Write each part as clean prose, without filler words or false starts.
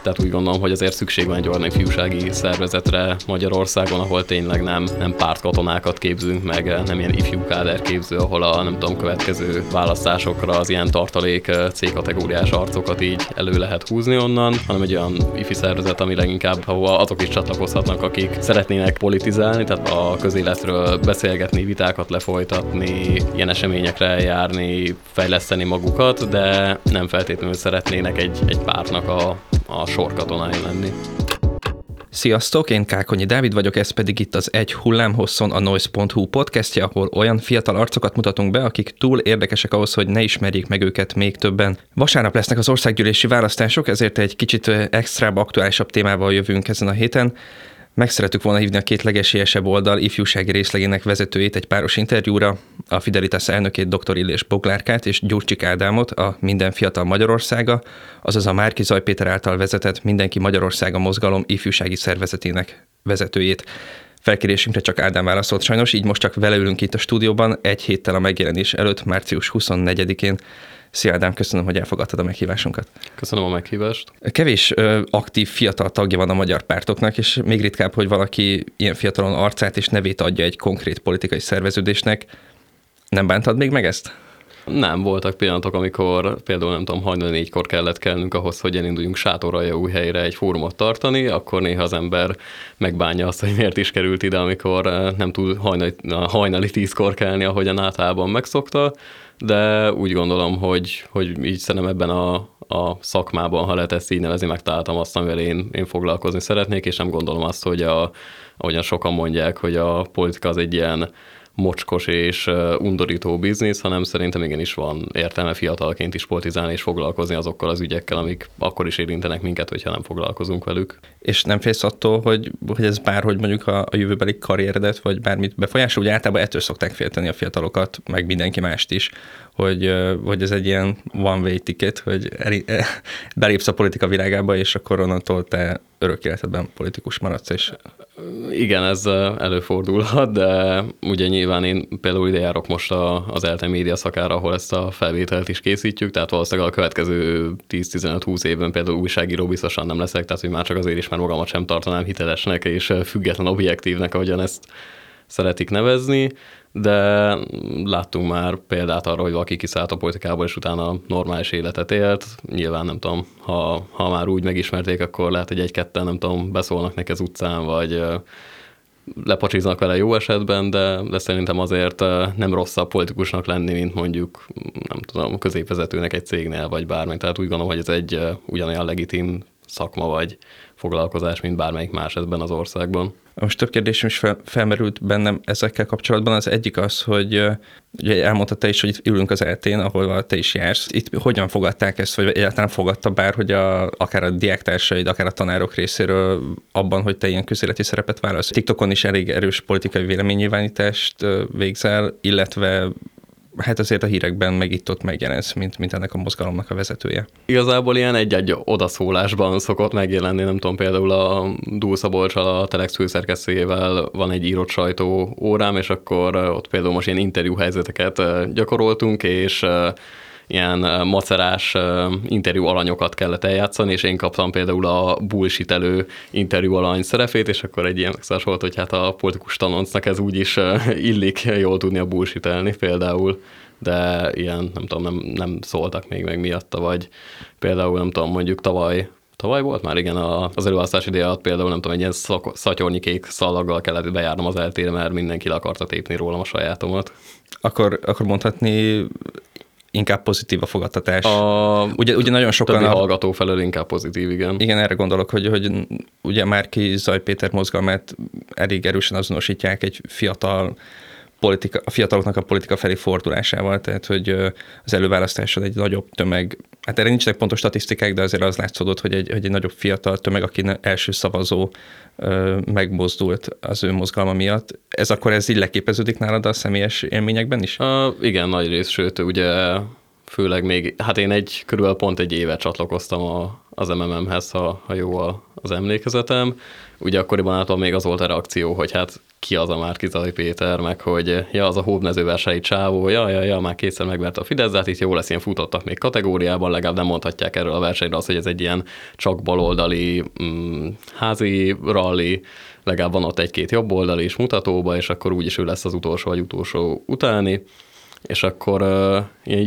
Tehát úgy gondolom, hogy azért szükség van egy olyan ifjúsági szervezetre Magyarországon, ahol tényleg nem pártkatonákat képzünk meg, nem ilyen ifjú káderképző, ahol a nem tudom, következő választásokra az ilyen tartalék C-kategóriás arcokat így elő lehet húzni onnan, hanem egy olyan ifi szervezet, ami leginkább, ahol azok is csatlakozhatnak, akik szeretnének politizálni, tehát a közéletről beszélgetni, vitákat lefolytatni, ilyen eseményekre eljárni, fejleszteni magukat, de nem feltétlenül szeretnének egy pártnak a sorkatonái lenni. Sziasztok, én Kákonyi Dávid vagyok, ez pedig itt az Egy hullámhosszon a Noise.hu podcastja, ahol olyan fiatal arcokat mutatunk be, akik túl érdekesek ahhoz, hogy ne ismerjék meg őket még többen. Vasárnap lesznek az országgyűlési választások, ezért egy kicsit extrább, aktuálisabb témával jövünk ezen a héten. Meg szeretük volna hívni a két legesélyesebb oldal ifjúsági részlegének vezetőjét egy páros interjúra, a Fidelitas elnökét dr. Illés Boglárkát és Gyurcsik Ádámot, a Minden fiatal Magyarországa, azaz a Márki-Zay Péter által vezetett Mindenki Magyarországa mozgalom ifjúsági szervezetének vezetőjét. Felkérésünkre csak Ádám válaszolt sajnos, így most csak vele ülünk itt a stúdióban egy héttel a megjelenés előtt, március 24-én. Szia Ádám, köszönöm, hogy elfogadtad a meghívásunkat. Köszönöm a meghívást. Kevés aktív fiatal tagja van a magyar pártoknak, és még ritkább, hogy valaki ilyen fiatalon arcát és nevét adja egy konkrét politikai szerveződésnek. Nem bántad még meg ezt? Nem, voltak pillanatok, amikor például nem tudom, hajnali 4-kor kellett kelnünk ahhoz, hogy elinduljunk Sátoraljaújhelyre egy fórumot tartani, akkor néha az ember megbánja azt, hogy miért is került ide, amikor nem tud hajnali 10-kor kelni, ahogyan általában megszokta, de úgy gondolom, hogy így szerintem ebben a szakmában, ha lehet ezt így nevezni, megtaláltam azt, amivel én foglalkozni szeretnék, és nem gondolom azt, hogy ahogyan sokan mondják, hogy a politika az egy ilyen mocskos és undorító biznisz, hanem szerintem igenis van értelme fiatalként is politizálni és foglalkozni azokkal az ügyekkel, amik akkor is érintenek minket, hogyha nem foglalkozunk velük. És nem félsz attól, hogy ez bárhogy mondjuk a jövőbeli karrieredet, vagy bármit befolyásol? Ugye általában ettől szokták félteni a fiatalokat, meg mindenki mást is, hogy ez egy ilyen one-way ticket, hogy belépsz a politika világába, és akkor onnantól te örök életedben politikus maradsz, és... Igen, ez előfordulhat, de ugye nyilván én például ide járok most az ELTE média szakára, ahol ezt a felvételt is készítjük, tehát valószínűleg a következő 10-15-20 évben például újságíró biztosan nem leszek, tehát hogy már csak azért is, mert magamat sem tartanám hitelesnek és független objektívnek, ahogyan ezt szeretik nevezni, de láttunk már példát arra, hogy valaki kiszállt a politikából, és utána normális életet élt. Nyilván nem tudom, ha már úgy megismerték, akkor lehet, hogy egy-ketten nem tudom, beszólnak neki az utcán, vagy lepacsiznak vele jó esetben, de szerintem azért nem rosszabb politikusnak lenni, mint mondjuk, nem tudom, középvezetőnek egy cégnél, vagy bármi. Tehát úgy gondolom, hogy ez egy ugyanolyan legitim szakma, vagy foglalkozás, mint bármelyik más ebben az országban. Most több kérdésem is felmerült bennem ezekkel kapcsolatban. Az egyik az, hogy ugye elmondtad te is, hogy itt ülünk az ELTÉn, ahol te is jársz. Itt hogyan fogadták ezt, vagy egyáltalán fogadta bár, hogy akár a diáktársaid, akár a tanárok részéről abban, hogy te ilyen közéleti szerepet válasz? TikTokon is elég erős politikai véleménynyilvánítást végzel, illetve hát azért a hírekben meg itt-ott megjelensz, mint ennek a mozgalomnak a vezetője. Igazából ilyen egy-egy odaszólásban szokott megjelenni, nem tudom, például a Dúl Szabolccsal, a Telex főszerkesztőjével van egy írott sajtó órám, és akkor ott például most ilyen interjú helyzeteket gyakoroltunk, és ilyen macerás interjú alanyokat kellett eljátszani, és én kaptam például a bullshitelő interjú alany szerepét, és akkor egy ilyen megszás volt, hogy hát a politikus tanoncnak ez úgyis illik jól tudni a bullshitelni például, de ilyen nem tudom, nem szóltak még meg miatta, vagy például nem tudom, mondjuk tavaly volt már, igen, az előválasztás ideje alatt például nem tudom, egy ilyen szatyornyi kék szalaggal kellett bejárnom az eltére, mert mindenki le akarta tépni rólam a sajátomat. Akkor mondhatni, inkább pozitív a fogadtatás. Ugye nagyon sokan... Többi hallgató felől inkább pozitív, igen. Igen, erre gondolok, hogy ugye Márki-Zay Péter mozgalmát elég erősen azonosítják egy a fiataloknak a politika felé fordulásával, tehát hogy az előválasztáson egy nagyobb tömeg, hát erre nincsenek pontos statisztikák, de azért az látszódott, hogy egy nagyobb fiatal tömeg, aki első szavazó megmozdult az ő mozgalma miatt. Ez így leképeződik nálad a személyes élményekben is? Igen, nagy rész, sőt, ugye főleg még, hát én körülbelül pont egy éve csatlakoztam az MMM-hez, ha jó az emlékezetem. Ugye akkoriban által még az volt a reakció, hogy hát ki az a Márki-Zay Péter, meg hogy az a hódmezőversei csávó, már kétszer megverte a Fidesz, de hát itt jó lesz, ilyen futottak még kategóriában, legalább nem mondhatják erről a versenyre azt, hogy ez egy ilyen csak baloldali házi rally, legalább van ott egy-két jobboldali is mutatóba, és akkor úgyis ő lesz az utolsó vagy utolsó utáni. És akkor ilyen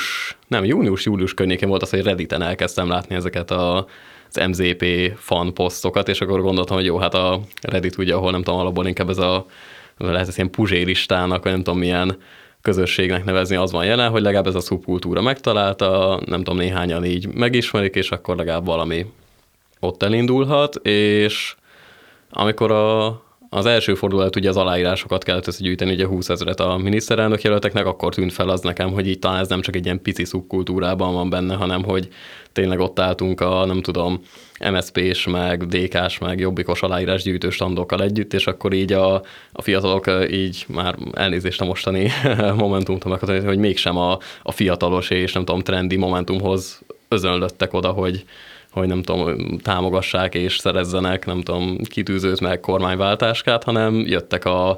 június környékén volt az, hogy Redditen elkezdtem látni ezeket az MZP fan posztokat, és akkor gondoltam, hogy jó, hát a Reddit ugye, ahol nem tudom, alapból inkább lehet ez ilyen puzséristának, vagy nem tudom milyen közösségnek nevezni, az van jelen, hogy legalább ez a szubkultúra megtalálta, nem tudom, néhányan így megismerik, és akkor legalább valami ott elindulhat, és amikor az első fordulat ugye az aláírásokat kellett összegyűjteni, ugye 20 000 a miniszterelnök jelölteknek, akkor tűnt fel az nekem, hogy így talán ez nem csak egy ilyen pici szubkultúrában van benne, hanem hogy tényleg ott álltunk a, nem tudom, MSZP-s, meg DK-s, meg jobbikos aláírásgyűjtő standokkal együtt, és akkor így a fiatalok így már elnézést a mostani Momentumtól, hogy mégsem a fiatalos és nem tudom, trendi Momentumhoz özönlöttek oda, hogy nem tudom, támogassák és szerezzenek, nem tudom, kitűzőt meg kormányváltáskát, hanem jöttek a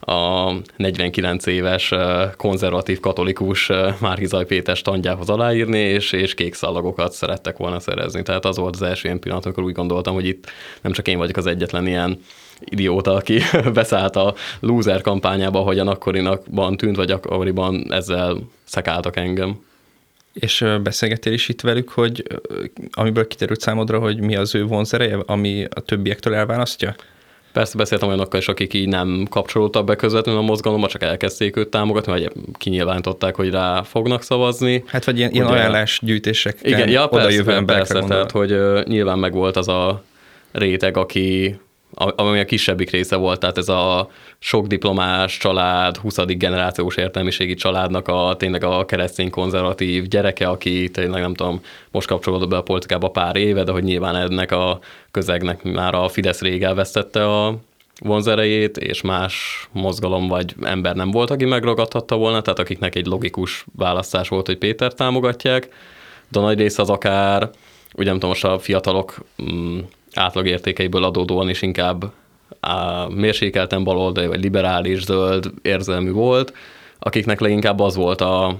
49 éves konzervatív katolikus Márki-Zay Péter standjához aláírni, és kék szallagokat szerettek volna szerezni. Tehát az volt az első ilyen pillanat, amikor úgy gondoltam, hogy itt nem csak én vagyok az egyetlen ilyen idióta, aki beszállt a loser kampányába, ahogyan akkorinakban tűnt, vagy akkoriban ezzel szekáltak engem. És beszélgettél is itt velük, hogy amiből kiterült számodra, hogy mi az ő vonzereje, ami a többiektől elválasztja? Persze beszéltem olyanokkal is, akik így nem kapcsolódtak be közvetlenül a mozgalomba, csak elkezdték őt támogatni, vagy kinyilvánították, hogy rá fognak szavazni. Hát vagy ilyen ajánlásgyűjtések. Igen, ja, persze, tehát hogy nyilván megvolt az a réteg, ami a kisebbik része volt, tehát ez a sok diplomás család, 20. generációs értelmiségi családnak tényleg a keresztény konzervatív gyereke, aki tényleg nem tudom, most kapcsolódott be a politikába pár éve, de hogy nyilván ennek a közegnek már a Fidesz rég elvesztette a vonzerejét, és más mozgalom vagy ember nem volt, aki megragadhatta volna, tehát akiknek egy logikus választás volt, hogy Péter támogatják, de a nagy része az akár, ugye nem tudom, most a fiatalok átlagértékeiből adódóan is inkább mérsékelten baloldali, vagy liberális, zöld érzelmű volt, akiknek leginkább az volt a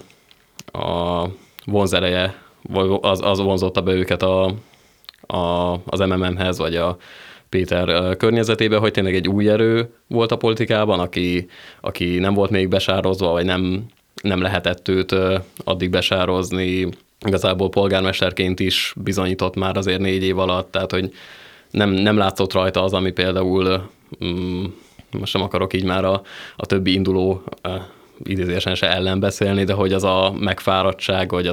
vonzereje, az vonzotta be őket az MMM-hez, vagy a Péter környezetébe, hogy tényleg egy új erő volt a politikában, aki nem volt még besározva, vagy nem lehetett őt addig besározni, igazából polgármesterként is bizonyított már azért 4 év alatt, tehát hogy nem látszott rajta az, ami például, most nem akarok így már a többi induló idézésen se ellen beszélni, de hogy az a megfáradtság, vagy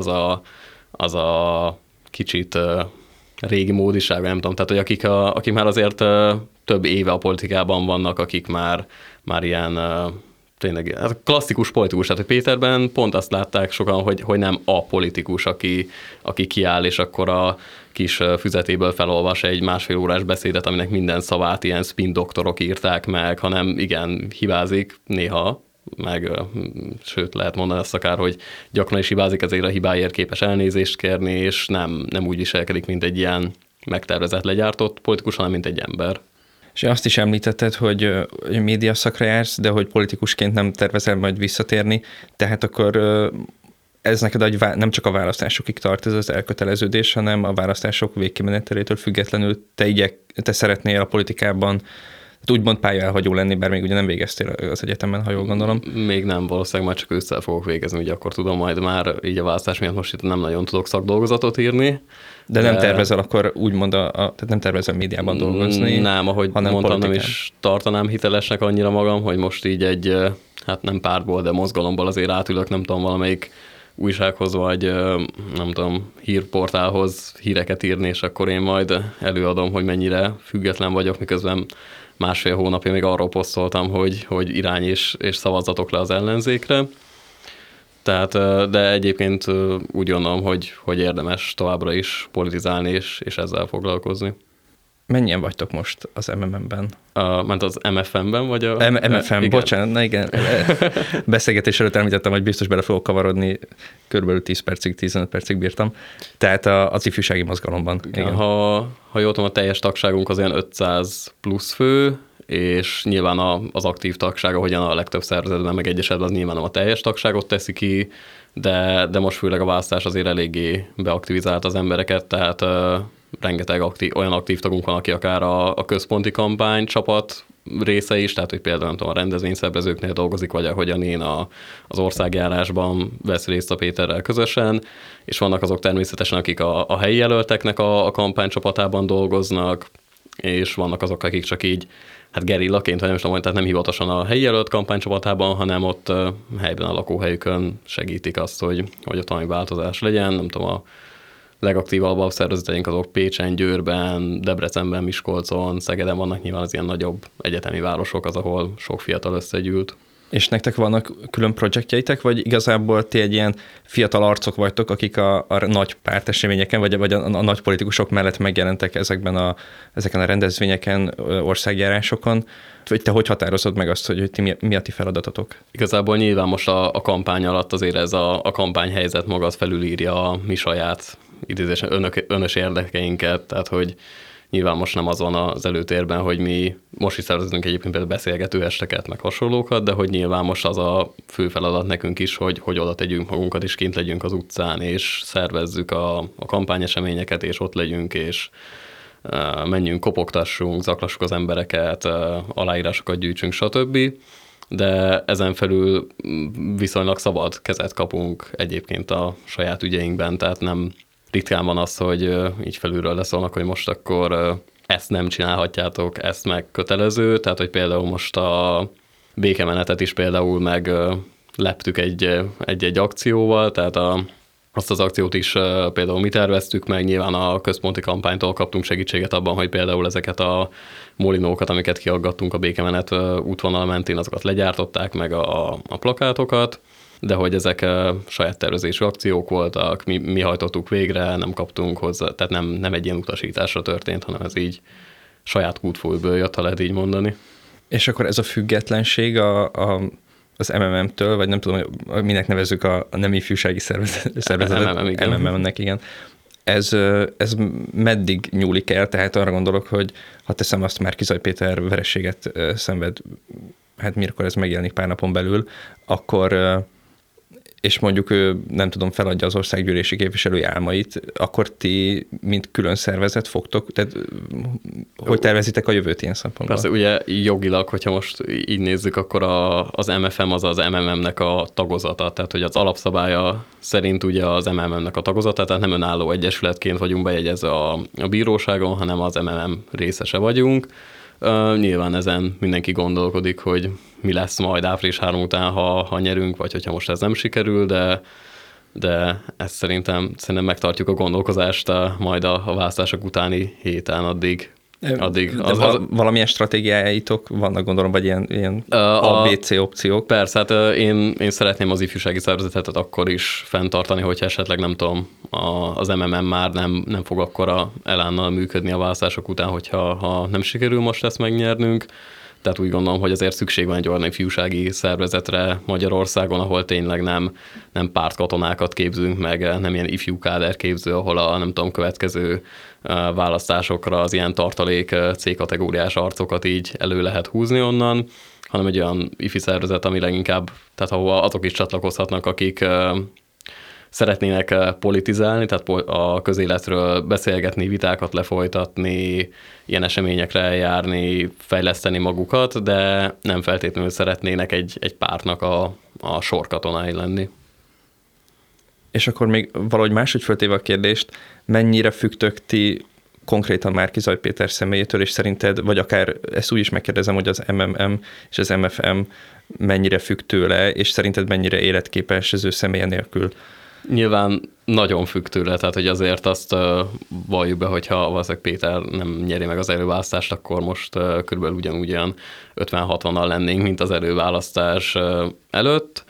az a kicsit régi módiság, nem tudom, tehát hogy akik már azért több éve a politikában vannak, akik már ilyen tényleg klasszikus politikus, tehát Péterben pont azt látták sokan, hogy nem a politikus, aki kiáll, és akkor a kis füzetéből felolvas egy 1,5 órás beszédet, aminek minden szavát ilyen spin doktorok írták meg, hanem igen, hibázik néha, meg sőt lehet mondani azt akár, hogy gyakran is hibázik, ezért a hibáért képes elnézést kérni, és nem úgy viselkedik, mint egy ilyen megtervezett, legyártott politikus, hanem mint egy ember. És azt is említetted, hogy média szakra jársz, de hogy politikusként nem tervezel majd visszatérni, tehát akkor ez neked nem csak a választásokig tart ez az elköteleződés, hanem a választások végkimenetelétől függetlenül te szeretnél a politikában úgymond pályaelhagyó lenni, bár még ugye nem végeztél az egyetemen, ha jól gondolom. Még nem, valószínűleg már csak ősszel fogok végezni, ugye akkor tudom majd már így a választás miatt most itt nem nagyon tudok szakdolgozatot írni. De nem tervezel akkor úgymond, tehát nem tervezel médiában dolgozni? Nem, ahogy mondtam, politikán. Nem is tartanám hitelesnek annyira magam, hogy most így egy, hát nem pártból, de mozgalomból azért átülök, nem tudom, valamelyik újsághoz, vagy nem tudom, hírportálhoz híreket írni, és akkor én majd előadom, hogy mennyire független vagyok, miközben 1,5 hónapja még arról posztoltam, hogy irány és szavazatok le az ellenzékre. Tehát, de egyébként úgy gondolom, hogy érdemes továbbra is politizálni és ezzel foglalkozni. Mennyien vagytok most az MMM-ben? Ment az MFM-ben, vagy a... MFM, bocsánat, na igen. Beszélgetés előtt említettem, hogy biztos bele fogok kavarodni, körülbelül 10 percig, 15 percig bírtam. Tehát az ifjúsági mozgalomban. Igen. Ha jól tudom, a teljes tagságunk az olyan 500 plusz fő, és nyilván az aktív tagság, ahogyan a legtöbb szervezetben meg egyesetben, az nyilván nem a teljes tagságot teszi ki, de most főleg a választás azért eléggé beaktivizált az embereket, tehát rengeteg olyan aktív tagunk van, aki akár a központi kampánycsapat része is, tehát hogy például nem tudom, a rendezvényszervezőknél dolgozik, vagy ahogyan én az országjárásban vesz részt a Péterrel közösen, és vannak azok természetesen, akik a helyi jelölteknek a kampánycsapatában dolgoznak, és vannak azok, akik csak így hát gerillaként, vagy nem is tudom, tehát nem hivatalosan a helyi jelölt kampánycsapatában, hanem ott helyben a lakóhelyükön segítik azt, hogy ott valami változás legyen. Nem tudom, a legaktívabb szervezeteink azok Pécsen, Győrben, Debrecenben, Miskolcon, Szegeden vannak, nyilván az ilyen nagyobb egyetemi városok, az, ahol sok fiatal összegyűlt. És nektek vannak külön projektjeitek, vagy igazából ti egy ilyen fiatal arcok vagytok, akik a nagy párteseményeken, vagy a nagy politikusok mellett megjelentek ezeken a rendezvényeken, országjárásokon? Vagy te hogy határozod meg azt, hogy ti mi a ti feladatotok? Igazából nyilván most a kampány alatt azért ez a kampányhelyzet maga felülírja a mi saját idézésen önös érdekeinket, tehát hogy nyilván most nem az van az előtérben, hogy mi most is szervezünk egyébként például beszélgető esteket, meg hasonlókat, de hogy nyilván most az a fő feladat nekünk is, hogy oda tegyünk magunkat, és kint legyünk az utcán, és szervezzük a kampányeseményeket, és ott legyünk, és menjünk, kopogtassunk, zaklassuk az embereket, aláírásokat gyűjtsünk, stb. De ezen felül viszonylag szabad kezet kapunk egyébként a saját ügyeinkben, tehát nem ritkán van az, hogy így felülről leszólnak, hogy most akkor ezt nem csinálhatjátok, ezt meg kötelező, tehát hogy például most a békemenetet is például megleptük egy akcióval, tehát azt az akciót is például mi terveztük meg, nyilván a központi kampánytól kaptunk segítséget abban, hogy például ezeket a molinókat, amiket kiaggattunk a békemenet útvonal mentén, azokat legyártották meg a plakátokat, de hogy ezek saját tervezésű akciók voltak, mi hajtottuk végre, nem kaptunk hozzá, tehát nem egy ilyen utasításra történt, hanem ez így saját kútfújből jött, ha lehet így mondani. És akkor ez a függetlenség az MMM-től, vagy nem tudom, hogy minek nevezzük a nem ifjúsági szervezetet, MMM-nek, igen. Ez meddig nyúlik el? Tehát arra gondolok, hogy ha teszem azt, már Kizaj Péter vereséget szenved, hát mikor ez megjelenik pár napon belül, akkor és mondjuk ő, nem tudom, feladja az országgyűlési képviselői álmait, akkor ti, mint külön szervezet fogtok, tehát hogy tervezitek a jövőt ilyen szempontból? Persze, ugye jogilag, hogyha most így nézzük, akkor az MFM az MMM-nek a tagozata, tehát hogy az alapszabálya szerint ugye az MMM-nek a tagozata, tehát nem önálló egyesületként vagyunk bejegyezve a bíróságon, hanem az MMM részese vagyunk. Nyilván ezen mindenki gondolkodik, hogy mi lesz majd április 3 után, ha nyerünk, vagy hogyha most ez nem sikerül, de ezt szerintem megtartjuk a gondolkozást majd a választások utáni héten addig. Valamilyen stratégiáitok vannak, gondolom, vagy ilyen ABC opciók? Persze, hát én szeretném az ifjúsági szervezetet akkor is fenntartani, hogyha esetleg nem tudom, az MMM már nem fog akkora elánnal működni a választások után, hogyha nem sikerül most ezt megnyernünk. Tehát úgy gondolom, hogy azért szükség van egy olyan ifjúsági szervezetre Magyarországon, ahol tényleg nem pártkatonákat képzünk meg, nem ilyen ifjú káderképző, ahol a nem tudom, következő választásokra az ilyen tartalék C-kategóriás arcokat így elő lehet húzni onnan, hanem egy olyan ifi szervezet, ami leginkább, tehát ahol azok is csatlakozhatnak, akik szeretnének politizálni, tehát a közéletről beszélgetni, vitákat lefolytatni, ilyen eseményekre eljárni, fejleszteni magukat, de nem feltétlenül szeretnének egy pártnak a sorkatonái lenni. És akkor még valahogy máshogy föltéve a kérdést, mennyire függtök ti konkrétan már Kizaj Péter személyétől, és szerinted, vagy akár ezt úgy is megkérdezem, hogy az MMM és az MFM mennyire függ tőle, és szerinted mennyire életképes az ő személye nélkül? Nyilván nagyon függ tőle, tehát hogy azért azt valljuk be, hogyha valószínűleg Péter nem nyeri meg az előválasztást, akkor most körülbelül ugyanúgy 50-60-nal lennénk, mint az előválasztás előtt,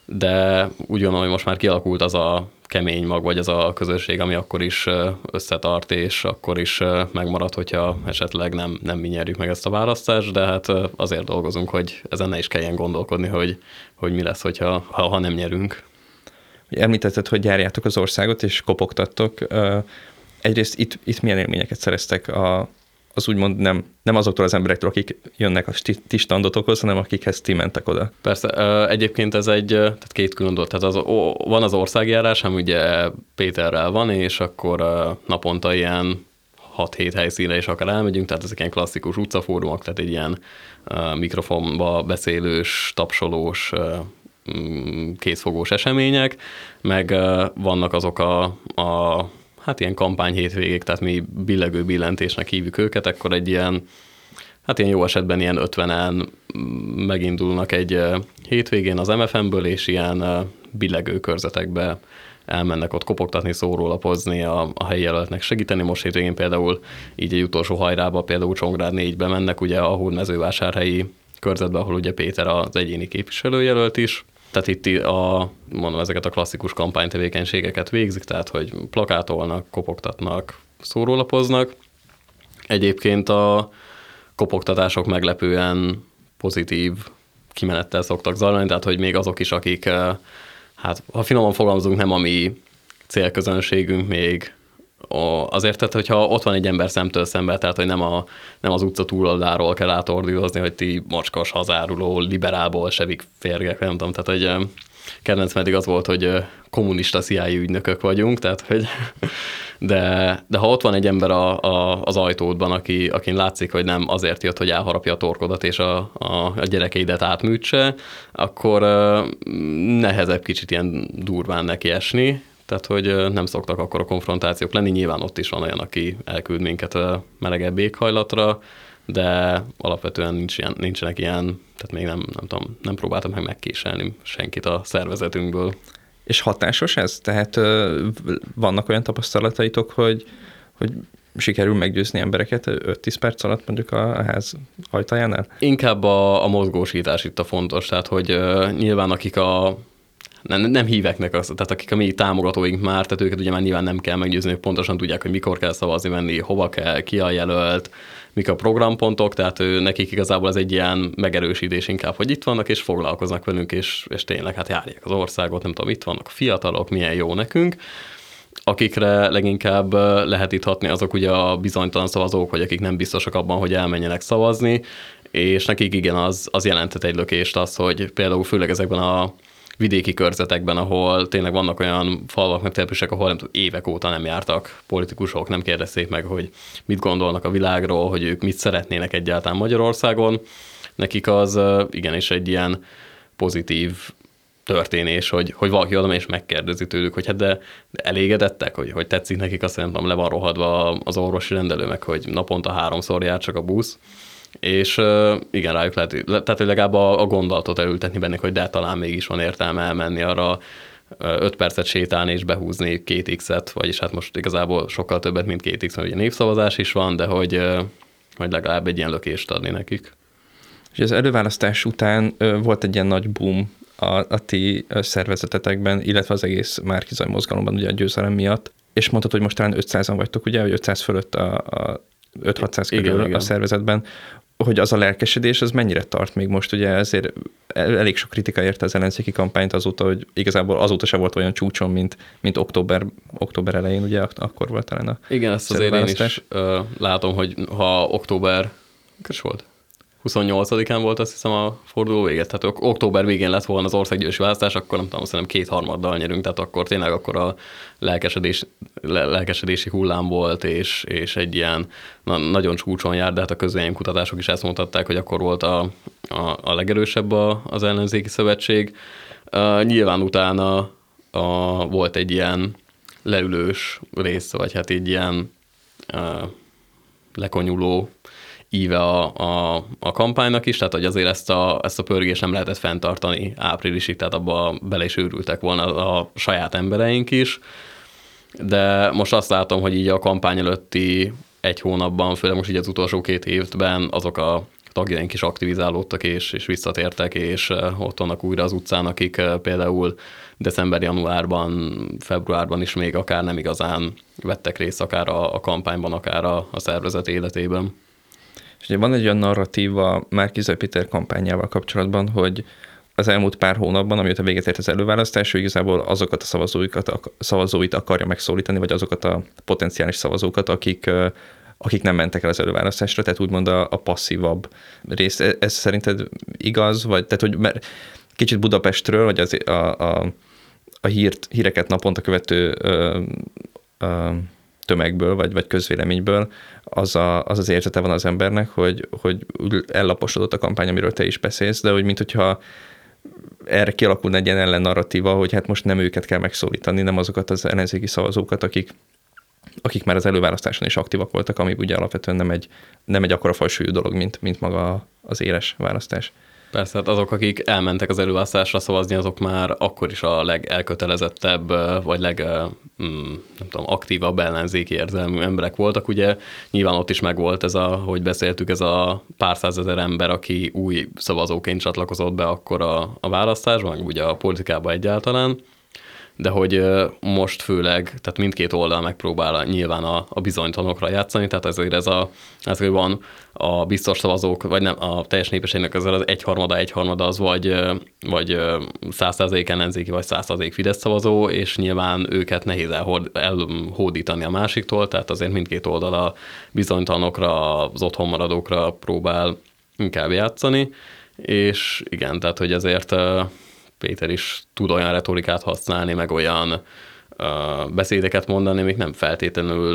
de úgy gondolom, hogy most már kialakult az a kemény mag, vagy az a közösség, ami akkor is összetart, és akkor is megmarad, hogyha esetleg nem mi nyerjük meg ezt a választást, de hát azért dolgozunk, hogy ezen ne is kelljen gondolkodni, hogy mi lesz, ha nem nyerünk. Említetted, hogy járjátok az országot, és kopogtattok. Egyrészt itt milyen élményeket szereztek az úgymond nem azoktól az emberektől, akik jönnek a ti standotokhoz, hanem akikhez ti mentek oda. Persze, egyébként ez tehát két külön dolog. Tehát van az országjárás, ami ugye Péterrel van, és akkor naponta ilyen 6-7 helyszínre is akár elmegyünk, tehát ezek ilyen klasszikus utcafórumok, tehát egy ilyen mikrofonba beszélős, tapsolós, kézfogós események, meg vannak azok hát ilyen kampány hétvégék, tehát mi billegő billentésnek hívjuk őket, akkor egy ilyen, hát ilyen jó esetben ilyen 50-en megindulnak egy hétvégén az MFM-ből, és ilyen billegő körzetekbe elmennek ott kopogtatni, szórólapozni, a helyi jelöltnek segíteni. Most hétvégén például így egy utolsó hajrába, például Csongrád 4-be mennek, ugye a hódmezővásárhelyi körzetbe, ahol ugye Péter az egyéni képviselőjelölt is. Tehát itt mondom, ezeket a klasszikus kampánytevékenységeket végzik, tehát hogy plakátolnak, kopogtatnak, szórólapoznak. Egyébként a kopogtatások meglepően pozitív kimenettel szoktak zajlani, tehát hogy még azok is, akik, hát ha finoman fogalmazunk, nem a mi célközönségünk még, azért, tehát hogyha ott van egy ember szemtől szemben, tehát hogy nem az utca túloldáról kell átordítozni, hogy ti mocskos, hazáruló, liberál bolsevik férgek, nem tudom, tehát hogy kedvenc meddig az volt, hogy kommunista CIA ügynökök vagyunk, tehát hogy de ha ott van egy ember az ajtódban, akin látszik, hogy nem azért jött, hogy elharapja a torkodat és a gyerekeidet átműtse, akkor nehezebb kicsit ilyen durván neki esni. Tehát, hogy nem szoktak akkor a konfrontációk lenni. Nyilván ott is van olyan, aki elküld minket a melegebb éghajlatra, de alapvetően nincsenek ilyen, tehát még nem próbáltam meg megkéselni senkit a szervezetünkből. És hatásos ez? Tehát vannak olyan tapasztalataitok, hogy sikerül meggyőzni embereket 5-10 perc alatt mondjuk a ház ajtajánál? Inkább a mozgósítás itt a fontos, tehát hogy nyilván akik nem híveknek, tehát akik a mi támogatóink már, tehát őket ugye már nyilván nem kell meggyőzni, hogy pontosan tudják, hogy mikor kell szavazni menni, hova kell, ki a jelölt, mik a programpontok, tehát nekik igazából ez egy ilyen megerősítés inkább, hogy itt vannak és foglalkoznak velünk, és tényleg hát járják az országot, nem tudom, itt vannak a fiatalok, milyen jó nekünk. Akikre leginkább lehet itt hatni, azok ugye a bizonytalan szavazók, vagy akik nem biztosak abban, hogy elmenjenek szavazni, és nekik igen, az jelentett egy lökést az, hogy például főleg ezekben a vidéki körzetekben, ahol tényleg vannak olyan falvak, meg települések, ahol nem tudom, évek óta nem jártak politikusok, nem kérdezték meg, hogy mit gondolnak a világról, hogy ők mit szeretnének egyáltalán Magyarországon. Nekik az igenis egy ilyen pozitív történés, hogy valaki oda és megkérdezi tőlük, hogy hát de elégedettek, hogy tetszik nekik, azt nem tudom, le van rohadva az orvosi rendelő, meg hogy naponta 3-szor jár csak a busz. És igen, rájuk lehet, tehát hogy legalább a gondolatot elültetni bennük, hogy de talán mégis van értelme elmenni arra 5 percet sétálni és behúzni 2x-et, vagyis hát most igazából sokkal többet, mint 2x, mert ugye névszavazás is van, de hogy legalább egy ilyen lökést adni nekik. És az előválasztás után volt egy ilyen nagy boom a ti szervezetetekben, illetve az egész márkizaj mozgalomban ugye a győzelem miatt, és mondtad, hogy most talán 500-an vagytok, ugye, hogy 500 fölött a 5-600 körül igen. A szervezetben, hogy az a lelkesedés, az mennyire tart még most, ugye ezért elég sok kritika érte az ellenzéki kampányt azóta, hogy igazából azóta sem volt olyan csúcson, mint október elején, ugye akkor volt talán a igen, ezt azért én is látom, hogy ha október, volt? 28-án volt, azt hiszem, a forduló vége. Tehát október végén lett volna az országgyűlési választás, akkor nem tudom, szerintem 2/3 nyerünk, tehát akkor tényleg akkor a lelkesedési hullám volt, és egy ilyen nagyon csúcson jár, de hát a közvéleménykutatások is ezt mutatták, hogy akkor volt a legerősebb az ellenzéki szövetség. Nyilván utána volt egy ilyen leülős rész, vagy hát egy ilyen lekonyuló íve a kampánynak is, tehát hogy azért ezt a pörgést nem lehetett fenntartani áprilisig, tehát abba bele is őrültek volna a saját embereink is, de most azt látom, hogy így a kampány előtti 1 hónapban, főleg most így az utolsó 2 évben azok a tagjaink is aktivizálódtak, és visszatértek, és ott vannak újra az utcán, akik például december, januárban, februárban is még akár nem igazán vettek részt akár a kampányban, akár a szervezet életében. És ugye van egy olyan narratíva Márki-Zay Péter kampányával kapcsolatban, hogy az elmúlt pár hónapban, amióta véget ért az előválasztás, ő igazából azokat a szavazóit akarja megszólítani, vagy azokat a potenciális szavazókat, akik nem mentek el az előválasztásra, tehát úgymond a passzívabb rész. Ez szerinted igaz? Vagy, tehát, hogy mert kicsit Budapestről, vagy a híreket naponta követő tömegből, vagy közvéleményből az érzete van az embernek, hogy ellaposodott a kampány, amiről te is beszélsz, de hogy minthogyha erre kialakulna egy ilyen ellennarratíva, hogy hát most nem őket kell megszólítani, nem azokat az ellenzéki szavazókat, akik már az előválasztáson is aktívak voltak, ami ugye alapvetően nem egy akkora fajsúlyú dolog, mint maga az éles választás. Persze, hát azok, akik elmentek az előválasztásra szavazni, azok már akkor is a legelkötelezettebb, vagy nem tudom, aktívabb ellenzéki érzelmű emberek voltak. Ugye nyilván ott is megvolt ez ahogy beszéltük, ez a pár százezer ember, aki új szavazóként csatlakozott be akkor a választásban, vagy ugye a politikába egyáltalán. De hogy most főleg, tehát mindkét oldal megpróbál nyilván a bizonytalanokra játszani, tehát ezért ez hogy van a biztos szavazók, vagy nem, a teljes népességnek az egyharmada az vagy 100% ellenzéki, vagy 100% Fidesz szavazó, és nyilván őket nehéz elhódítani a másiktól, tehát azért mindkét oldal a bizonytalanokra, az otthonmaradókra próbál inkább játszani, és igen, tehát hogy ezért Péter is tud olyan retorikát használni, meg olyan beszédeket mondani, még nem feltétlenül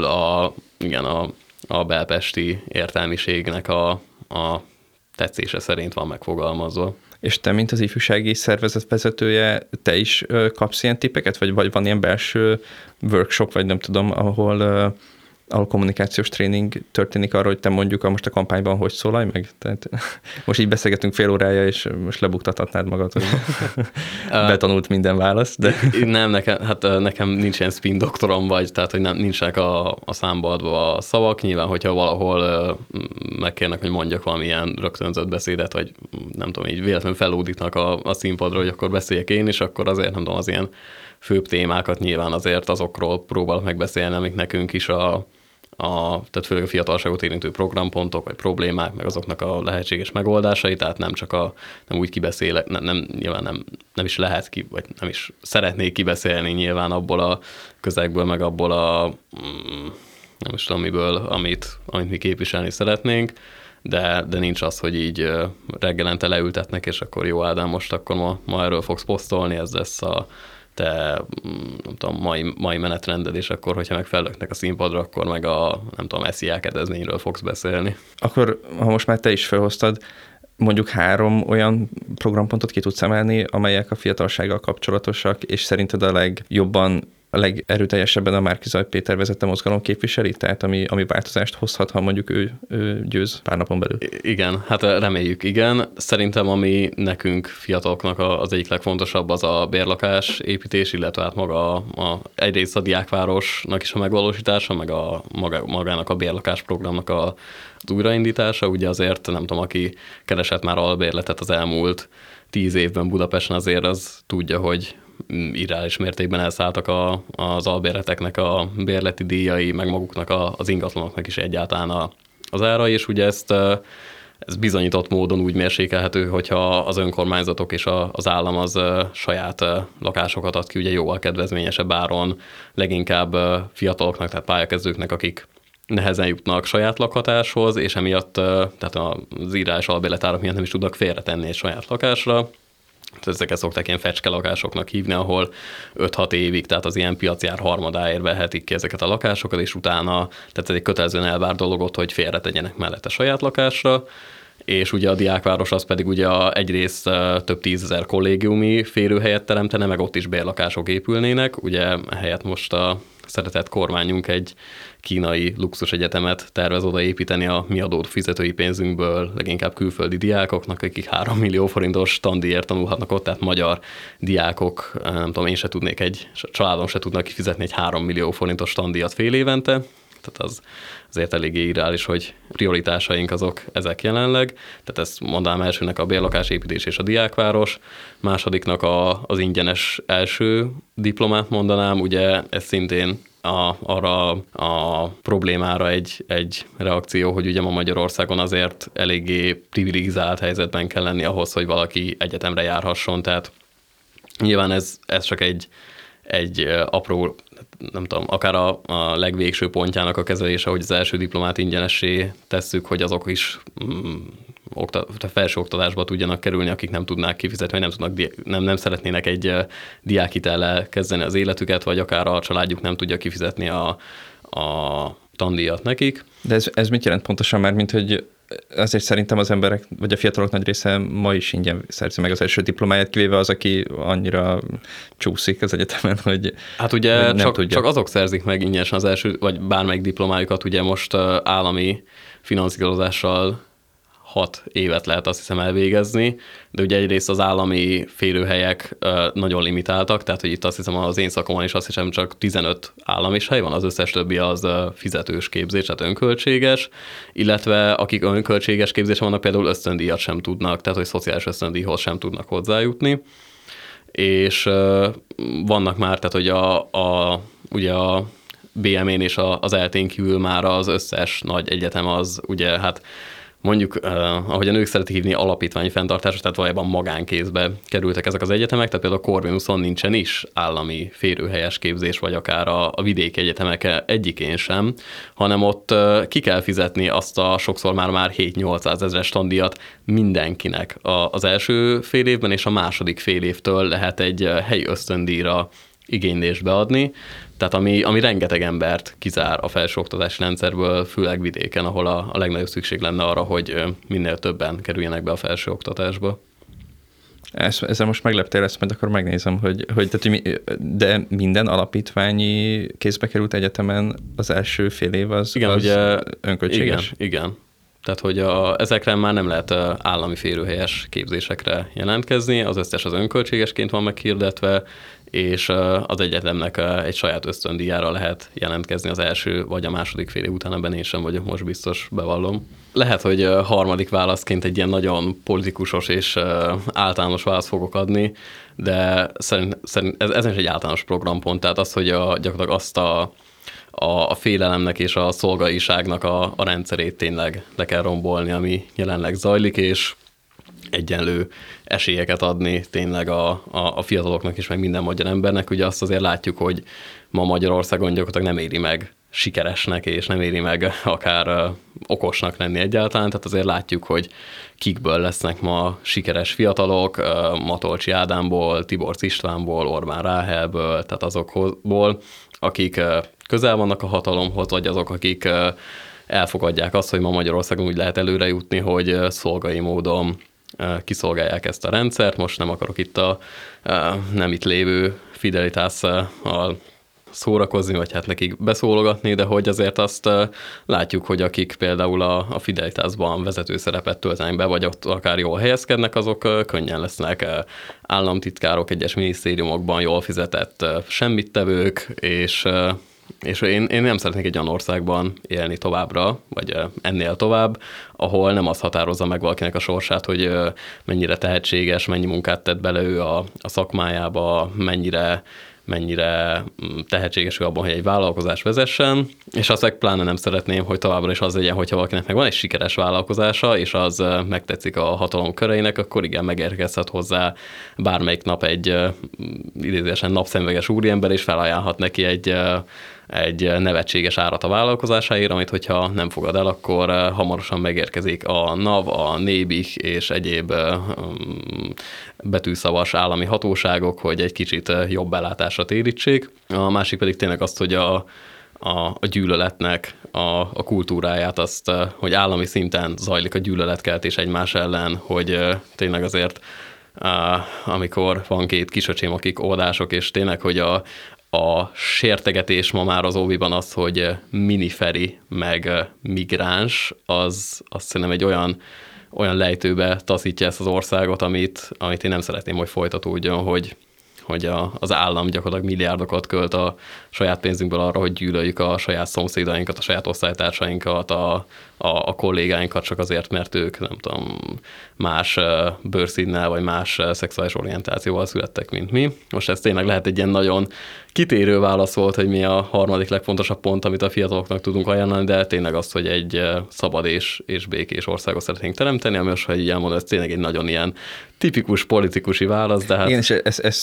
a belpesti értelmiségnek a tetszése szerint van megfogalmazva. És te, mint az ifjúsági szervezet vezetője, te is kapsz ilyen tippeket, vagy van ilyen belső workshop, vagy nem tudom, ahol kommunikációs tréning történik arra, hogy te mondjuk most a kampányban hogy szólalj meg? Tehát most így beszélgetünk fél órája, és most lebuktathatnád magad, hogy betanult minden választ, de... Nem, nekem nincs ilyen spin doktorom, vagy tehát, hogy nincsenek a számba adva a szavak. Nyilván, hogyha valahol megkérnek, hogy mondjak valamilyen rögtönzött beszédet, vagy nem tudom, így véletlenül felúdítnak a színpadra, hogy akkor beszéljek én is, akkor azért nem tudom, az ilyen főbb témákat nyilván azért azokról próbálok megbeszélni, amik nekünk is tehát főleg a fiatalságot érintő programpontok, vagy problémák, meg azoknak a lehetséges megoldásai, tehát nem csak nem úgy kibeszélek, nyilván nem is lehet vagy nem is szeretnék kibeszélni nyilván abból a közegből, meg abból nem is tudom miből, amit mi képviselni szeretnénk, de nincs az, hogy így reggelente leültetnek, és akkor jó Ádám, most akkor ma erről fogsz posztolni, ez lesz a te, nem tudom, mai menetrended, és akkor, hogyha meg fellöknek a színpadra, akkor meg nem tudom, SZIA kedvezményről fogsz beszélni. Akkor, ha most már te is felhoztad, mondjuk 3 olyan programpontot ki tudsz emelni, amelyek a fiatalsággal kapcsolatosak, és szerinted a legerőteljesebben a Márki-Zay Péter vezette mozgalom képviseli, tehát ami változást hozhat, ha mondjuk ő győz pár napon belül. Igen, hát reméljük, igen. Szerintem ami nekünk fiataloknak az egyik legfontosabb, az a bérlakás építés, illetve hát maga egyrészt a diákvárosnak is a megvalósítása, meg magának a bérlakás programnak az újraindítása. Ugye azért, nem tudom, aki keresett már albérletet az elmúlt 10 évben Budapesten, azért az tudja, hogy irreális mértékben elszálltak az albérleteknek a bérleti díjai, meg maguknak az ingatlanoknak is egyáltalán az árai, és ugye ez bizonyított módon úgy mérsékelhető, hogyha az önkormányzatok és az állam az saját lakásokat ad ki, ugye jóval kedvezményesebb áron, leginkább fiataloknak, tehát pályakezdőknek, akik nehezen jutnak saját lakhatáshoz, és emiatt, tehát az irreális albérletárak miatt nem is tudnak félretenni egy saját lakásra. Ezeket szokták ilyen fecske lakásoknak hívni, ahol 5-6 évig, tehát az ilyen piacjár harmadáért vehetik ki ezeket a lakásokat, és utána, tehát ez egy kötelezően elvár dolog, hogy félretegyenek mellette saját lakásra, és ugye a diákváros az pedig ugye egyrészt több 10 000 kollégiumi férőhelyet teremtene, meg ott is bérlakások épülnének, ugye helyett most a szeretett kormányunk egy kínai luxusegyetemet tervez odaépíteni a mi adót fizetői pénzünkből, leginkább külföldi diákoknak, akik 3 millió forintos tandíjért tanulhatnak ott, tehát magyar diákok, nem tudom, családom se tudnak kifizetni egy 3 millió forintos tandíjat fél évente, Tehát azért eléggé irreális, hogy prioritásaink azok ezek jelenleg. Tehát ezt mondanám elsőnek a bérlakásépítés és a diákváros, másodiknak az ingyenes első diplomát mondanám, ugye ez szintén arra a problémára egy reakció, hogy ugye ma Magyarországon azért eléggé privilegizált helyzetben kell lenni ahhoz, hogy valaki egyetemre járhasson, tehát nyilván ez csak egy apró, nem tudom, akár a legvégső pontjának a kezelése, hogy az első diplomát ingyenessé tesszük, hogy azok is felső oktatásba tudjanak kerülni, akik nem tudnák kifizetni, vagy nem szeretnének egy diákhitellel kezdeni az életüket, vagy akár a családjuk nem tudja kifizetni a tandíjat nekik. De ez mit jelent pontosan már, mint hogy azért szerintem az emberek, vagy a fiatalok nagy része ma is ingyen szerzi meg az első diplomáját, kivéve az, aki annyira csúszik az egyetemen, hogy hát ugye hogy csak azok szerzik meg ingyenesen az első, vagy bármelyik diplomájukat, ugye most állami finanszírozással 6 évet lehet azt hiszem elvégezni, de ugye egyrészt az állami férőhelyek nagyon limitáltak, tehát hogy itt azt hiszem az én szakomon is azt hiszem csak 15 állami hely van, az összes többi az fizetős képzés, tehát önköltséges, illetve akik önköltséges képzésen vannak, például ösztöndíjat sem tudnak, tehát hogy szociális ösztöndíjhoz sem tudnak hozzájutni, és vannak már, tehát hogy ugye a BM-én és az ELTE-n kívül már az összes nagy egyetem az ugye hát mondjuk, ahogy a nők szeretik hívni, alapítványi fenntartásra, tehát valójában magánkézbe kerültek ezek az egyetemek, tehát például a Corvinuson nincsen is állami férőhelyes képzés, vagy akár a vidéki egyetemek egyikén sem, hanem ott ki kell fizetni azt a sokszor már 7-800 ezres tandíjat mindenkinek az első fél évben, és a második fél évtől lehet egy helyi ösztöndíjra igénylést beadni, tehát ami rengeteg embert kizár a felsőoktatási rendszerből, főleg vidéken, ahol a legnagyobb szükség lenne arra, hogy minél többen kerüljenek be a felsőoktatásba. Ezzel most megleptél, ezt majd akkor megnézem, de minden alapítványi kézbe került egyetemen az első fél év az ugye, önköltséges? Igen. Tehát, hogy ezekre már nem lehet állami férőhelyes képzésekre jelentkezni, az összes az önköltségesként van meghirdetve, és az egyetemnek egy saját ösztöndíjára lehet jelentkezni az első vagy a második fél év után, ebben én sem vagyok most biztos, bevallom. Lehet, hogy harmadik válaszként egy ilyen nagyon politikusos és általános választ fogok adni, de szerint ez is egy általános programpont, tehát az, hogy gyakorlatilag azt a félelemnek és a szolgaiságnak a rendszerét tényleg le kell rombolni, ami jelenleg zajlik, és egyenlő esélyeket adni tényleg a fiataloknak is, meg minden magyar embernek. Ugye azt azért látjuk, hogy ma Magyarországon gyakorlatilag nem éri meg sikeresnek, és nem éri meg akár okosnak lenni egyáltalán, tehát azért látjuk, hogy kikből lesznek ma sikeres fiatalok, Matolcsi Ádámból, Tiborcs Istvánból, Orbán Ráhelből, tehát azokból, akik közel vannak a hatalomhoz, vagy azok, akik elfogadják azt, hogy ma Magyarországon úgy lehet előre jutni, hogy szolgai módon kiszolgálják ezt a rendszert. Most nem akarok itt a nem itt lévő Fidelitással szórakozni, vagy hát nekik beszólogatni, de hogy azért azt látjuk, hogy akik például a Fidelitásban vezető szerepet töltenek be, vagy ott akár jól helyezkednek, azok könnyen lesznek államtitkárok, egyes minisztériumokban jól fizetett semmittevők, és én nem szeretnék egy olyan országban élni továbbra, vagy ennél tovább, ahol nem az határozza meg valakinek a sorsát, hogy mennyire tehetséges, mennyi munkát tett bele ő a szakmájába, mennyire tehetséges ő abban, hogy egy vállalkozást vezessen, és azt meg pláne nem szeretném, hogy továbbra is az legyen, hogyha valakinek meg van egy sikeres vállalkozása, és az megtetszik a hatalom köreinek, akkor igen, megérkezhet hozzá bármelyik nap egy idézőesen napszemüveges úriember, és felajánlhat neki egy nevetséges árat a vállalkozásáért, amit hogyha nem fogad el, akkor hamarosan megérkezik a NAV, a NÉBIK és egyéb betűszavas állami hatóságok, hogy egy kicsit jobb belátásra térítsék. A másik pedig tényleg azt, hogy a gyűlöletnek a kultúráját, azt, hogy állami szinten zajlik a gyűlöletkeltés egymás ellen, hogy tényleg azért amikor van két kisöcsém, akik óvodások, és tényleg, hogy a sértegetés ma már az óviban az, hogy miniferi meg migráns, az azt szerintem egy olyan lejtőbe taszítja ezt az országot, amit én nem szeretném, hogy folytatódjon, hogy az állam gyakorlatilag milliárdokat költ a saját pénzünkből arra, hogy gyűlöljük a saját szomszédainkat, a saját osztálytársainkat, a kollégáinkat csak azért, mert ők, nem tudom, más bőrszínnel vagy más szexuális orientációval születtek, mint mi. Most ez tényleg lehet egy ilyen nagyon kitérő válasz volt, hogy mi a harmadik legfontosabb pont, amit a fiataloknak tudunk ajánlani, de tényleg az, hogy egy szabad és békés országot szeretnénk teremteni, ami most, hogy így elmondom, ez tényleg egy nagyon ilyen tipikus politikusi válasz, de hát... Igen, és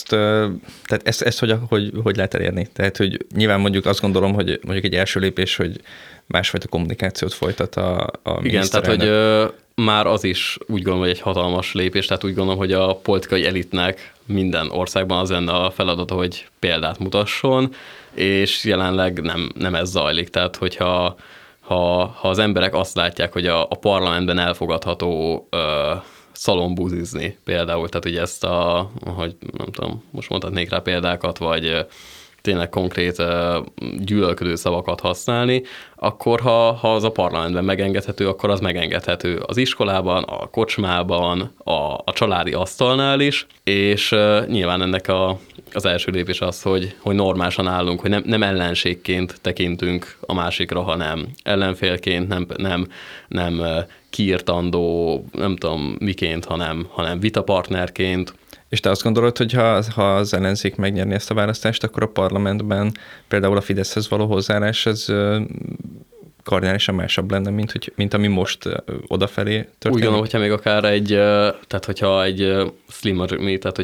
ezt hogy lehet elérni? Tehát, hogy nyilván mondjuk azt gondolom, hogy mondjuk egy első lépés, hogy másfajta kommunikációt folytat a igen, tehát, hogy már az is úgy gondolom, hogy egy hatalmas lépés, tehát úgy gondolom, hogy a politikai elitnek minden országban az lenne a feladata, hogy példát mutasson, és jelenleg nem ez zajlik. Tehát, hogyha az emberek azt látják, hogy a parlamentben elfogadható szalonbuzizni például, tehát ugye ezt hogy nem tudom, most mondhatnék rá példákat, vagy tényleg konkrét gyűlölködő szavakat használni, akkor ha az a parlamentben megengedhető, akkor az megengedhető az iskolában, a kocsmában, a családi asztalnál is, és nyilván ennek az első lépés az, hogy normálisan állunk, hogy nem ellenségként tekintünk a másikra, hanem ellenfélként, nem kiirtandó, nem tudom miként, hanem vitapartnerként. És te azt gondolod, hogy ha az ellenzék megnyerni ezt a választást, akkor a parlamentben például a Fideszhez való hozzáállás az kardinálisan másabb lenne, mint ami most odafelé történik? Úgy gondolom, hogyha még akár tehát hogyha egy slim majority, tehát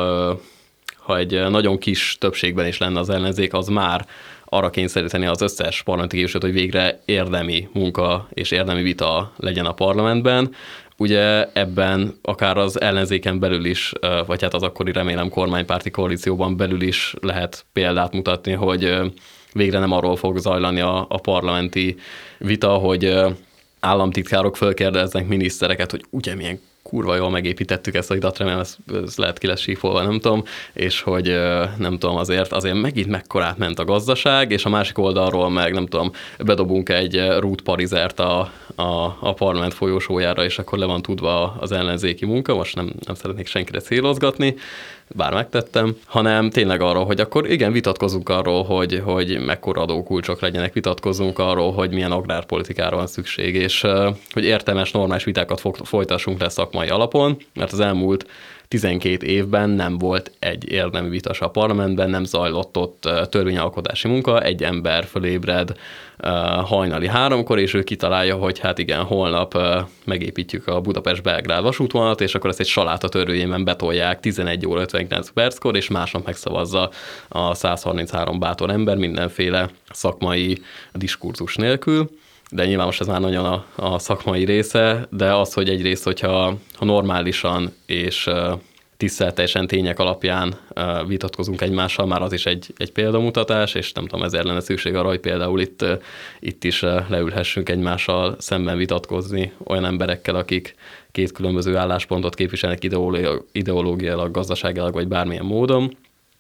ha egy nagyon kis többségben is lenne az ellenzék, az már arra kényszeríteni az összes parlamenti képviselőt, hogy végre érdemi munka és érdemi vita legyen a parlamentben. Ugye ebben akár az ellenzéken belül is, vagy hát az akkori remélem kormánypárti koalícióban belül is lehet példát mutatni, hogy végre nem arról fog zajlani a parlamenti vita, hogy államtitkárok fölkérdeznek minisztereket, hogy ugye milyen kurva jól megépítettük ezt a hidat, remélem ez lehet ki lesz sífolva, nem tudom, és hogy nem tudom, azért megint mekkorát ment a gazdaság, és a másik oldalról meg nem tudom, bedobunk egy Ruth Parizert a parlament folyosójára, és akkor le van tudva az ellenzéki munka, most nem szeretnék senkire célozgatni, bár megtettem, hanem tényleg arról, hogy akkor igen, vitatkozunk arról, hogy mekkora adókulcsok legyenek, vitatkozunk arról, hogy milyen agrárpolitikára van szükség, és hogy értelmes, normális vitákat folytassunk le szakmai alapon, mert az elmúlt 12 évben nem volt egy érdemi vita a parlamentben, nem zajlott ott törvényalkotási munka, egy ember fölébred hajnali 3-kor, és ő kitalálja, hogy hát igen, holnap megépítjük a Budapest-Belgrád vasútvonalat, és akkor ezt egy saláta törvényben betolják 11 óra 59 perckor, és másnap megszavazza a 133 bátor ember mindenféle szakmai diskurzus nélkül. De nyilván most ez már nagyon a szakmai része, de az, hogy egyrészt, hogyha normálisan és tiszteletesen tények alapján vitatkozunk egymással, már az is egy példamutatás, és nem tudom, ezért lenne szükség arra, hogy például itt is leülhessünk egymással szemben vitatkozni olyan emberekkel, akik két különböző álláspontot képviselnek ideológiailag, gazdaságilag, vagy bármilyen módon.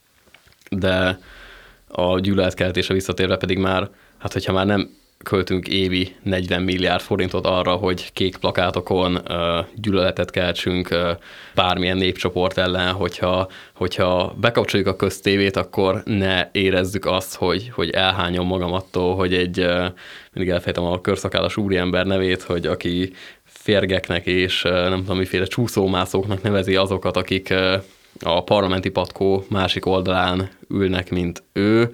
De a gyűlöletkeltésre visszatérve pedig már, hát hogyha már nem költünk évi 40 milliárd forintot arra, hogy kék plakátokon gyűlöletet keltsünk bármilyen népcsoport ellen, hogyha bekapcsoljuk a köztévét, akkor ne érezzük azt, hogy elhányom magam attól, hogy mindig elfejtem a körszakállas úriember nevét, hogy aki férgeknek és nem tudom miféle csúszómászóknak nevezi azokat, akik a parlamenti patkó másik oldalán ülnek, mint ő,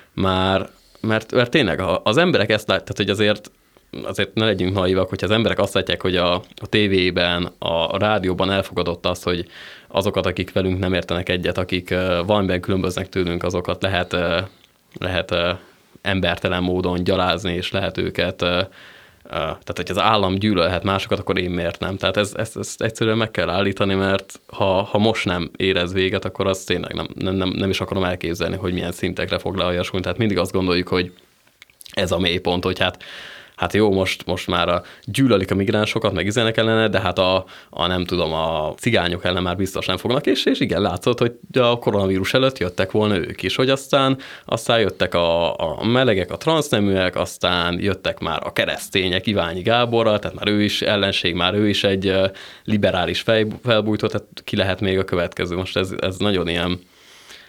mert tényleg az emberek ezt látják, tehát hogy azért ne legyünk naívak, hogyha az emberek azt látják, hogy a tévében, a rádióban elfogadott az, hogy azokat, akik velünk nem értenek egyet, akik valamiben különböznek tőlünk, azokat lehet embertelen módon gyalázni, és lehet őket, tehát hogy az állam gyűlölhet másokat, akkor én miért nem? Tehát ezt egyszerűen meg kell állítani, mert ha most nem érez véget, akkor azt tényleg nem is akarom elképzelni, hogy milyen szintekre fog lealjasulni. Tehát mindig azt gondoljuk, hogy ez a mélypont, hogy hát jó, most már gyűlölik a migránsokat, meg üzenek ellene, de hát nem tudom, a cigányok ellen már biztos nem fognak, és igen, látszott, hogy a koronavírus előtt jöttek volna ők is, hogy aztán jöttek a melegek, a transzneműek, aztán jöttek már a keresztények Iványi Gáborral, tehát már ő is ellenség, már ő is egy liberális felbújtó, tehát ki lehet még a következő. Most ez nagyon ilyen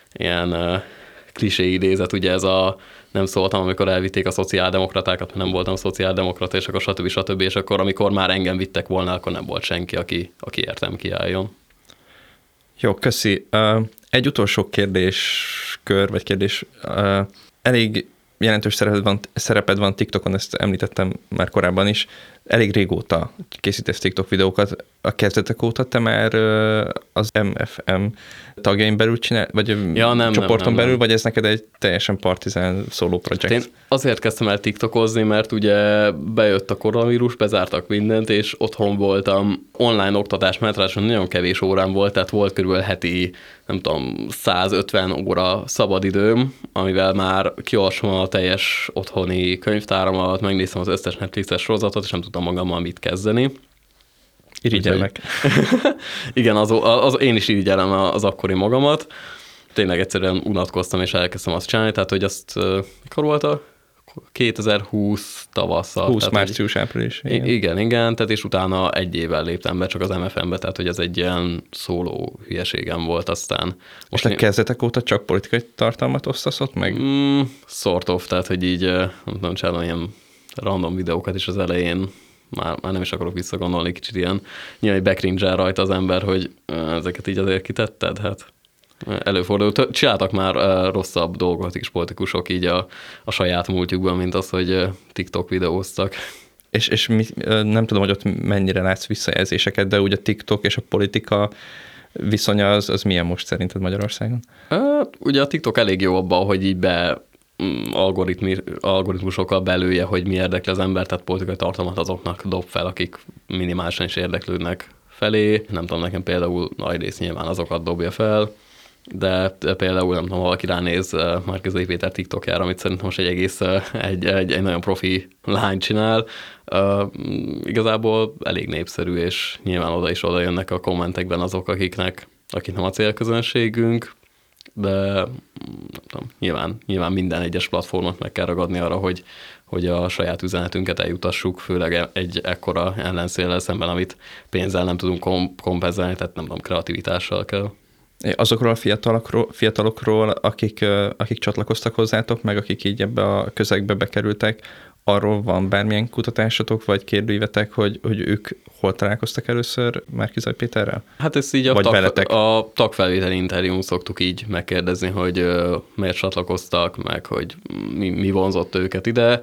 ilyen klisé idézet, ugye ez a nem szóltam, amikor elvitték a szociáldemokratákat, mert nem voltam szociáldemokrata, és akkor stb. És akkor amikor már engem vittek volna, akkor nem volt senki, aki értem kiálljon. Jó, köszi. Egy utolsó kérdéskör, vagy kérdés. Elég jelentős szereped van TikTokon, ezt említettem már korábban is. Elég régóta készítesz TikTok videókat. A kezdetek óta te már az MFM tagjain belül csinál, vagy csoporton belül, vagy ez neked egy teljesen partizán solo projekt? Én azért kezdtem el TikTokozni, mert ugye bejött a koronavírus, bezártak mindent, és otthon voltam. Online oktatás mentráson nagyon kevés órám volt, tehát volt körülbelül heti, nem tudom, 150 óra szabadidőm, amivel már kiolvasom a teljes otthoni könyvtáramat, megnéztem az összes Netflixes sorozatot, és nem tudtam magammal mit kezdeni. Irigyelmek. Igen, én is irigyelem az akkori magamat. Tényleg egyszerűen unatkoztam, és elkezdtem azt csinálni, tehát hogy azt, mikor volt a 2020 tavasszal. 20 március, április. Igen, tehát és utána egy évvel léptem be csak az MFM-be, tehát hogy ez egy ilyen szóló hülyeségem volt aztán. Most a kezdetek óta csak politikai tartalmat osztasz ott meg? Sort of, tehát hogy így nem csinálom ilyen random videókat is az elején, már nem is akarok visszagondolni, kicsit ilyen nyilván backringe-el rajta az ember, hogy ezeket így azért kitetted, hát előfordult. Csináltak már rosszabb dolgot is politikusok így a saját múltjukban, mint az, hogy TikTok videóztak. És nem tudom, hogy ott mennyire látsz visszajelzéseket, de úgy a TikTok és a politika viszonya az milyen most szerinted Magyarországon? Ugye a TikTok elég jó abban, hogy így algoritmusokkal belője, hogy mi érdekli az ember, tehát politikai tartalmat azoknak dob fel, akik minimálisan is érdeklődnek felé. Nem tudom, nekem például nagy rész nyilván azokat dobja fel, de például nem tudom, valaki ránéz Márki-Zay Péter TikTokjára, amit szerintem most egy nagyon profi lány csinál. Igazából elég népszerű, és nyilván oda is oda jönnek a kommentekben azok, akik nem a célközönségünk, de nem tudom, nyilván minden egyes platformot meg kell ragadni arra, hogy a saját üzenetünket eljutassuk, főleg egy ekkora ellenszéllel szemben, amit pénzzel nem tudunk kompenzálni, tehát nem tudom, kreativitással kell. Azokról a fiatalokról, akik csatlakoztak hozzátok, meg akik így ebbe a közegbe bekerültek, arról van bármilyen kutatásotok, vagy kérdőívetek, hogy ők hol találkoztak először Márki-Zay Péterrel? Hát ezt így a tagfelvételi interjún szoktuk így megkérdezni, hogy miért csatlakoztak, meg hogy mi vonzott őket ide.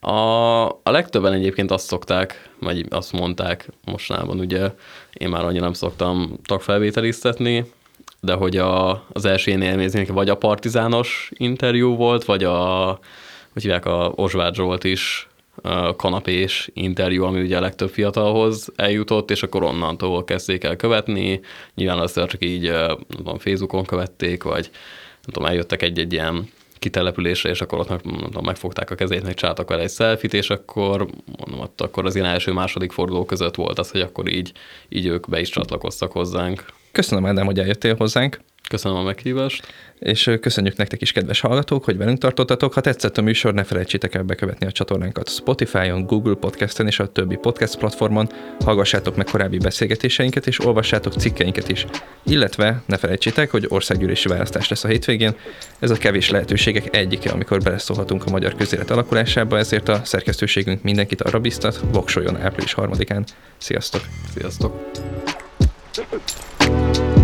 A legtöbben egyébként azt szokták, vagy azt mondták mostanában, ugye én már annyira nem szoktam tagfelvételiztetni, de hogy az első ilyen élménynek vagy a partizános interjú volt, vagy hogy hívják, a Osváth Zsolt is kanapés interjú, ami ugye a legtöbb fiatalhoz eljutott, és akkor onnantól kezdték el követni. Nyilván először csak így nem tudom, Facebookon követték, vagy nem tudom, eljöttek egy ilyen kitelepülésre, és akkor ott megfogták a kezét, meg csináltak vele egy selfie-t, és akkor mondom, akkor az ilyen első-második forduló között volt az, hogy akkor így ők be is csatlakoztak hozzánk. Köszönöm, Ádám, hogy eljöttél hozzánk. Köszönöm a meghívást. És köszönjük nektek is, kedves hallgatók, hogy velünk tartottatok. Ha tetszett a műsor, ne felejtsétek el bekövetni a csatornánkat Spotify-on, Google Podcasten és a többi podcast platformon. Hallgassátok meg korábbi beszélgetéseinket, és olvassátok cikkeinket is. Illetve ne felejtsétek, hogy országgyűlési választás lesz a hétvégén. Ez a kevés lehetőségek egyike, amikor beleszólhatunk a magyar közélet alakulásába, ezért a szerkesztőségünk mindenkit arra biztat, voksoljon április 3-án. Sziasztok! Sziasztok!